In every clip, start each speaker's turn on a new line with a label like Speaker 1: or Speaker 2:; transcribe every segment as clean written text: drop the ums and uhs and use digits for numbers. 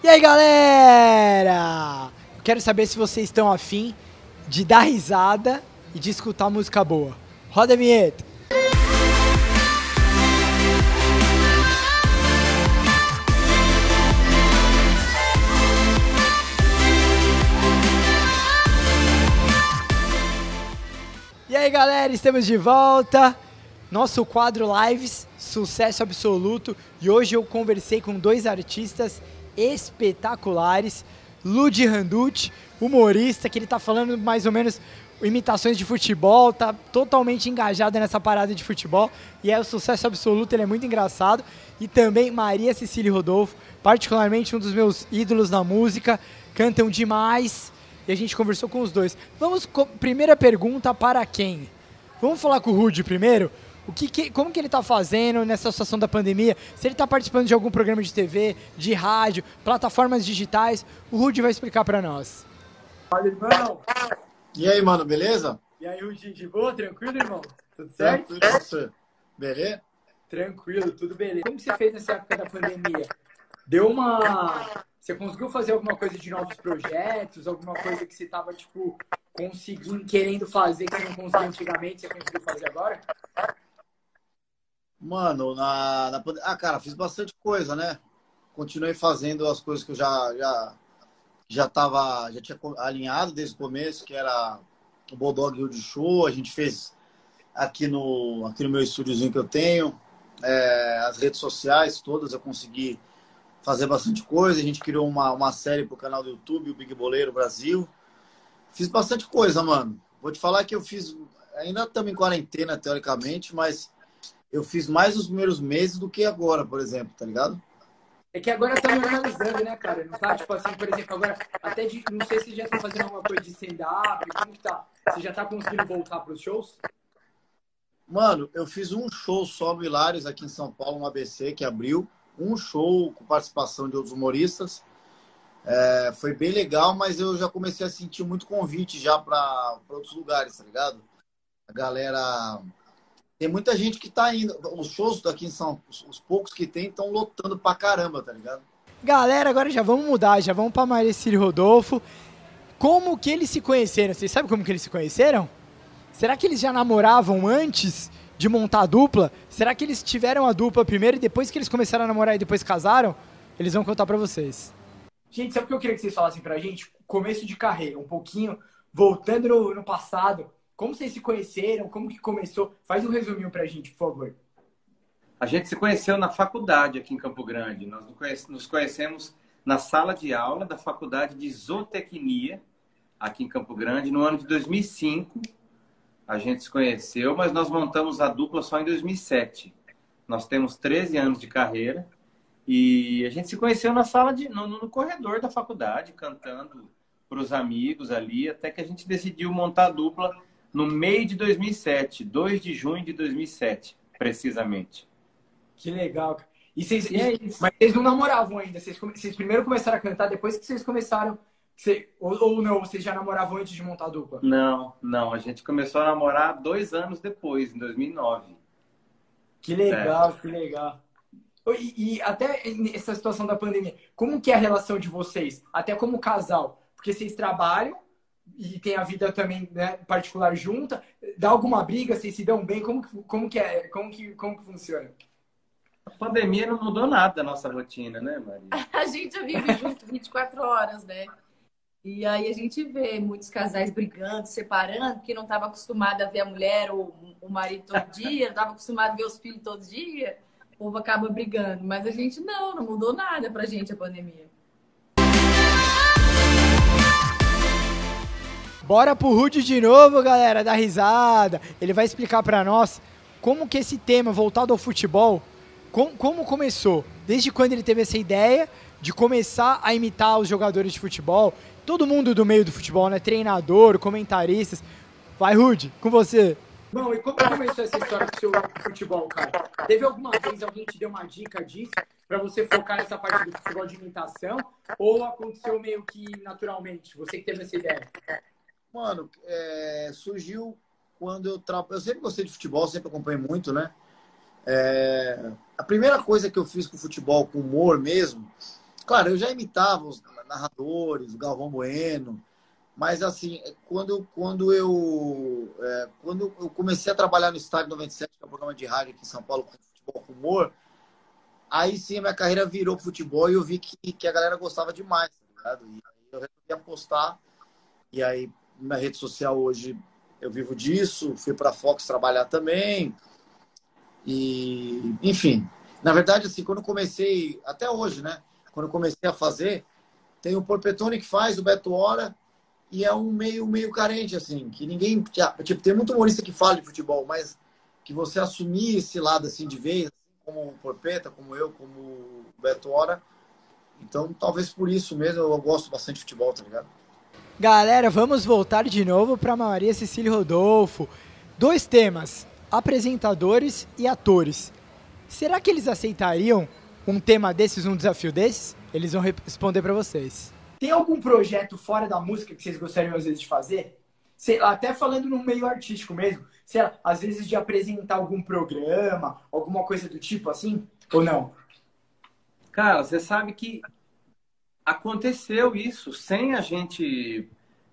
Speaker 1: E aí, galera? Quero saber se vocês estão afim de dar risada e de escutar música boa. Roda a vinheta. E aí, galera, estamos de volta. Nosso quadro Lives, sucesso absoluto. E hoje eu conversei com dois artistas espetaculares. Ludi Randucci, humorista, que ele tá falando mais ou menos imitações de futebol, tá totalmente engajado nessa parada de futebol. E é o sucesso absoluto, ele é muito engraçado. E também Maria Cecília e Rodolfo, particularmente um dos meus ídolos na música, cantam demais. E a gente conversou com os dois. Primeira pergunta para quem? Vamos falar com o Rudy primeiro? Como que ele está fazendo nessa situação da pandemia? Se ele está participando de algum programa de TV, de rádio, plataformas digitais, o Rudy vai explicar para nós.
Speaker 2: Fala, irmão.
Speaker 3: E aí, mano, beleza?
Speaker 2: E aí, Rudy, de boa? Tranquilo, irmão? Tudo certo?
Speaker 3: Tranquilo, você. Beleza?
Speaker 2: Tranquilo, tudo beleza. Como você fez nessa época da pandemia? Você conseguiu fazer alguma coisa de novos projetos? Alguma coisa que você estava, conseguindo, querendo fazer, que você não conseguia antigamente, você conseguiu fazer agora?
Speaker 3: Mano, cara, fiz bastante coisa, né? Continuei fazendo as coisas que eu já tinha alinhado desde o começo, que era o Bulldog Rio de Show. A gente fez aqui no meu estúdiozinho que eu tenho, as redes sociais todas, eu consegui fazer bastante coisa. A gente criou uma série pro canal do YouTube, o Big Boleiro Brasil. Fiz bastante coisa, mano. Vou te falar que eu fiz, ainda estamos em quarentena, teoricamente, mas eu fiz mais nos primeiros meses do que agora, por exemplo, tá ligado?
Speaker 2: É que agora tá normalizando, né, cara? Não tá, por exemplo, agora, não sei se já tá fazendo alguma coisa de stand-up, como que tá? Você já tá conseguindo voltar pros shows?
Speaker 3: Mano, eu fiz um show só no Hilários, aqui em São Paulo, no ABC, que abriu. Um show com participação de outros humoristas. Foi bem legal, mas eu já comecei a sentir muito convite já para outros lugares, tá ligado? A galera... Tem muita gente que tá indo. Os shows daqui são os poucos que tem, estão lotando pra caramba, tá ligado?
Speaker 1: Galera, agora já vamos mudar, já vamos pra Maria Cecília e Rodolfo. Como que eles se conheceram? Vocês sabem como que eles se conheceram? Será que eles já namoravam antes de montar a dupla? Será que eles tiveram a dupla primeiro e depois que eles começaram a namorar e depois casaram? Eles vão contar pra vocês.
Speaker 2: Gente, sabe o que eu queria que vocês falassem pra gente? Começo de carreira, um pouquinho, voltando no passado. Como vocês se conheceram? Como que começou? Faz um resuminho pra gente, por favor.
Speaker 4: A gente se conheceu na faculdade aqui em Campo Grande. Nós nos conhecemos na sala de aula da Faculdade de Zootecnia, aqui em Campo Grande, no ano de 2005. A gente se conheceu, mas nós montamos a dupla só em 2007. Nós temos 13 anos de carreira e a gente se conheceu na sala no corredor da faculdade, cantando para os amigos ali, até que a gente decidiu montar a dupla no meio de 2007, 2 de junho de 2007, precisamente.
Speaker 2: Que legal, cara. Mas vocês não namoravam ainda? Vocês primeiro começaram a cantar depois que vocês começaram... Ou não, vocês já namoravam antes de montar a dupla?
Speaker 4: Não. A gente começou a namorar 2 anos depois, em 2009.
Speaker 2: Que legal, que legal. E até essa situação da pandemia, como que é a relação de vocês? Até como casal? Porque vocês trabalham e tem a vida também, né, particular junta. Dá alguma briga? Vocês se dão bem? Como que funciona?
Speaker 4: A pandemia não mudou nada da nossa rotina, né, Maria?
Speaker 5: A gente já vive junto 24 horas, né? E aí a gente vê muitos casais brigando, separando, porque não estava acostumado a ver a mulher ou o marido todo dia, não estava acostumado a ver os filhos todo dia. O povo acaba brigando. Mas a gente não mudou nada pra gente a pandemia.
Speaker 1: Bora pro Rudy de novo, galera, dar risada. Ele vai explicar pra nós como que esse tema voltado ao futebol, como começou. Desde quando ele teve essa ideia de começar a imitar os jogadores de futebol. Todo mundo do meio do futebol, né? Treinador, comentaristas. Vai, Rudy, com você.
Speaker 2: Bom, e como começou essa história do seu futebol, cara? Teve alguma vez alguém te deu uma dica disso pra você focar nessa parte do futebol de imitação? Ou aconteceu meio que naturalmente? Você que teve essa ideia?
Speaker 3: Mano, surgiu quando eu sempre gostei de futebol, sempre acompanhei muito, né? A primeira coisa que eu fiz com o futebol, com humor mesmo, Claro, eu já imitava os narradores, o Galvão Bueno, mas assim, quando eu comecei a trabalhar no Estádio 97, que é um programa de rádio aqui em São Paulo, com futebol com humor, aí sim a minha carreira virou pro futebol e eu vi que a galera gostava demais, tá ligado? E aí eu resolvi apostar, e aí minha rede social hoje eu vivo disso, fui pra Fox trabalhar também, e enfim. Na verdade, assim, quando eu comecei, até hoje, né? Quando eu comecei a fazer, tem o Porpetone que faz, o Beto Hora, e é um meio carente, assim, que ninguém... Tipo, tem muito humorista que fala de futebol, mas que você assumir esse lado, assim, de vez, assim, como o Porpeta, como eu, como o Beto Hora. Então, talvez por isso mesmo eu gosto bastante de futebol, tá ligado?
Speaker 1: Galera, vamos voltar de novo para Maria Cecília e Rodolfo. 2 temas, apresentadores e atores. Será que eles aceitariam um tema desses, um desafio desses? Eles vão responder para vocês.
Speaker 2: Tem algum projeto fora da música que vocês gostariam, às vezes, de fazer? Sei lá, até falando no meio artístico mesmo. Sei lá, às vezes de apresentar algum programa, alguma coisa do tipo assim? Ou não?
Speaker 4: Cara, você sabe que aconteceu isso sem a gente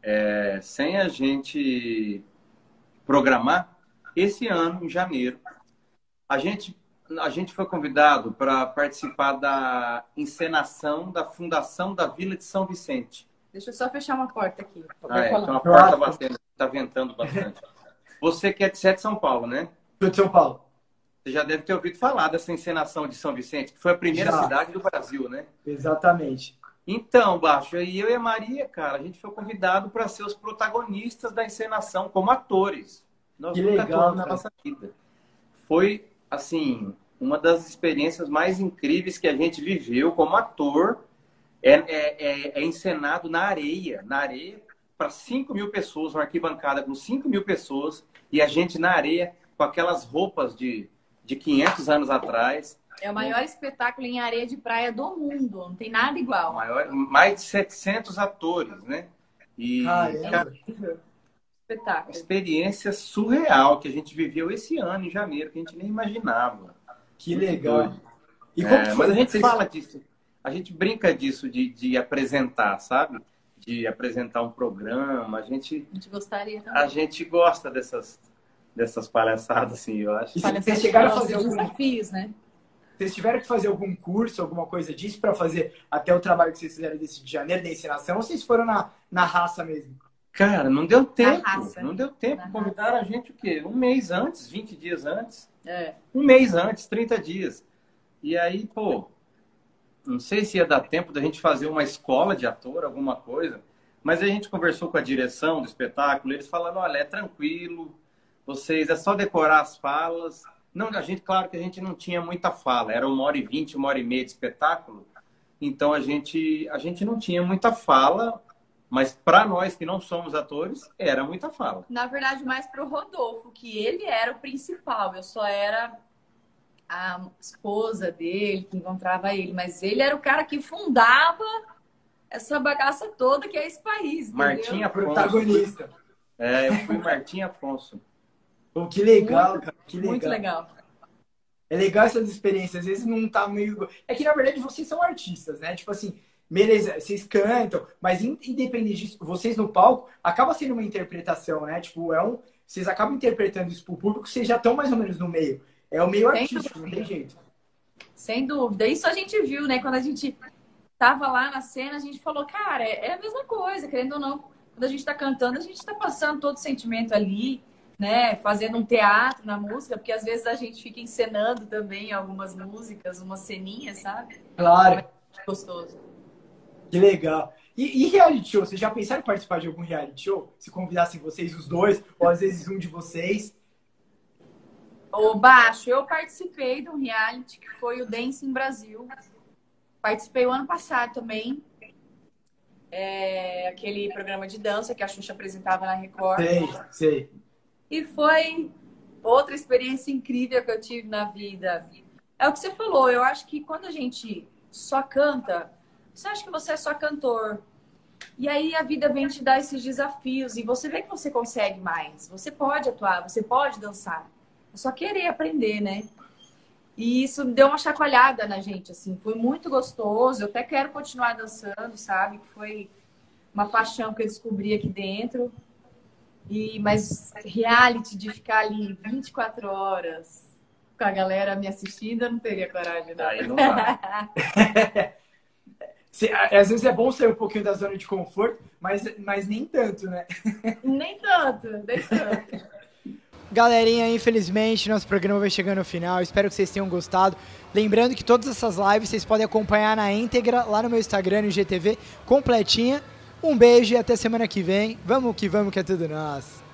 Speaker 4: programar. Esse ano, em janeiro, a gente foi convidado para participar da encenação da Fundação da Vila de São Vicente.
Speaker 5: Deixa eu só fechar uma porta aqui.
Speaker 4: Tem uma porta batendo, está ventando bastante. Você que é de São Paulo, né?
Speaker 2: Sou de São Paulo.
Speaker 4: Você já deve ter ouvido falar dessa encenação de São Vicente, que foi a primeira cidade do Brasil, né?
Speaker 2: Exatamente.
Speaker 4: Então, Baixo, e eu e a Maria, cara, a gente foi convidado para ser os protagonistas da encenação como atores. Nós
Speaker 2: Que
Speaker 4: nunca
Speaker 2: legal,
Speaker 4: atuamos na nossa vida. Foi, assim, uma das experiências mais incríveis que a gente viveu como ator. É encenado na areia para 5.000 pessoas, uma arquibancada com 5.000 pessoas, e a gente na areia com aquelas roupas de 500 anos atrás.
Speaker 5: É o maior espetáculo em areia de praia do mundo, não tem nada igual.
Speaker 4: Mais de 700 atores, né? E, cara,
Speaker 5: espetáculo.
Speaker 4: Experiência surreal que a gente viveu esse ano, em janeiro, que a gente nem imaginava.
Speaker 2: Que legal. E como que foi?
Speaker 4: Mas a gente fala disso, a gente brinca disso de apresentar, sabe? De apresentar um programa, a gente
Speaker 5: gostaria também.
Speaker 4: A gente gosta dessas palhaçadas, assim, eu acho.
Speaker 2: E vocês chegaram a fazer
Speaker 5: desafios, né?
Speaker 2: Vocês tiveram que fazer algum curso, alguma coisa disso para fazer até o trabalho que vocês fizeram desse de janeiro, da encenação, ou vocês foram na raça mesmo?
Speaker 4: Cara, não deu tempo.
Speaker 5: Raça.
Speaker 4: Não deu tempo. Convidaram a gente o quê? Um mês antes, 20 dias antes.
Speaker 5: É.
Speaker 4: Um mês antes, 30 dias. E aí, pô, não sei se ia dar tempo da gente fazer uma escola de ator, alguma coisa, mas a gente conversou com a direção do espetáculo, eles falaram, olha, é tranquilo, vocês, é só decorar as falas. Não, claro que a gente não tinha muita fala, era 1h20, 1h30 de espetáculo, então a gente não tinha muita fala, mas para nós que não somos atores, era muita fala.
Speaker 5: Na verdade, mais para o Rodolfo, que ele era o principal, eu só era a esposa dele, que encontrava ele, mas ele era o cara que fundava essa bagaça toda que é esse país.
Speaker 4: Martim Afonso.
Speaker 2: Protagonista.
Speaker 4: Eu fui Martim Afonso.
Speaker 2: Pô, que legal, cara. Que legal.
Speaker 5: Muito legal.
Speaker 2: É legal essas experiências. Às vezes não tá meio... É que, na verdade, vocês são artistas, né? Tipo assim, beleza, vocês cantam, mas independente disso, vocês no palco, acaba sendo uma interpretação, né? Tipo, vocês acabam interpretando isso pro público, vocês já estão mais ou menos no meio. É o meio artístico, não tem jeito.
Speaker 5: Sem dúvida. Isso a gente viu, né? Quando a gente tava lá na cena, a gente falou, cara, é a mesma coisa, querendo ou não. Quando a gente tá cantando, a gente tá passando todo o sentimento ali, né? Fazendo um teatro na música, porque às vezes a gente fica encenando também algumas músicas, umas ceninhas, sabe?
Speaker 2: Claro.
Speaker 5: É gostoso.
Speaker 2: Que legal. E reality show? Vocês já pensaram em participar de algum reality show? Se convidassem vocês, os dois, ou às vezes um de vocês?
Speaker 5: Ô, Baixo, eu participei de um reality que foi o Dancing Brasil. Participei o ano passado também. Aquele programa de dança que a Xuxa apresentava na Record.
Speaker 2: Sei.
Speaker 5: E foi outra experiência incrível que eu tive na vida. É o que você falou, eu acho que quando a gente só canta, você acha que você é só cantor. E aí a vida vem te dar esses desafios e você vê que você consegue mais. Você pode atuar, você pode dançar. É só querer aprender, né? E isso deu uma chacoalhada na gente, assim. Foi muito gostoso. Eu até quero continuar dançando, sabe? Foi uma paixão que eu descobri aqui dentro. Mas reality de ficar ali 24 horas com a galera me assistindo, eu não teria coragem, não.
Speaker 4: Aí não dá.
Speaker 2: Às vezes é bom sair um pouquinho da zona de conforto, mas nem tanto, né?
Speaker 5: Nem tanto, nem tanto.
Speaker 1: Galerinha, infelizmente, nosso programa vai chegando ao final. Espero que vocês tenham gostado. Lembrando que todas essas lives vocês podem acompanhar na íntegra lá no meu Instagram, no IGTV, completinha. Um beijo e até semana que vem. Vamos que é tudo nosso.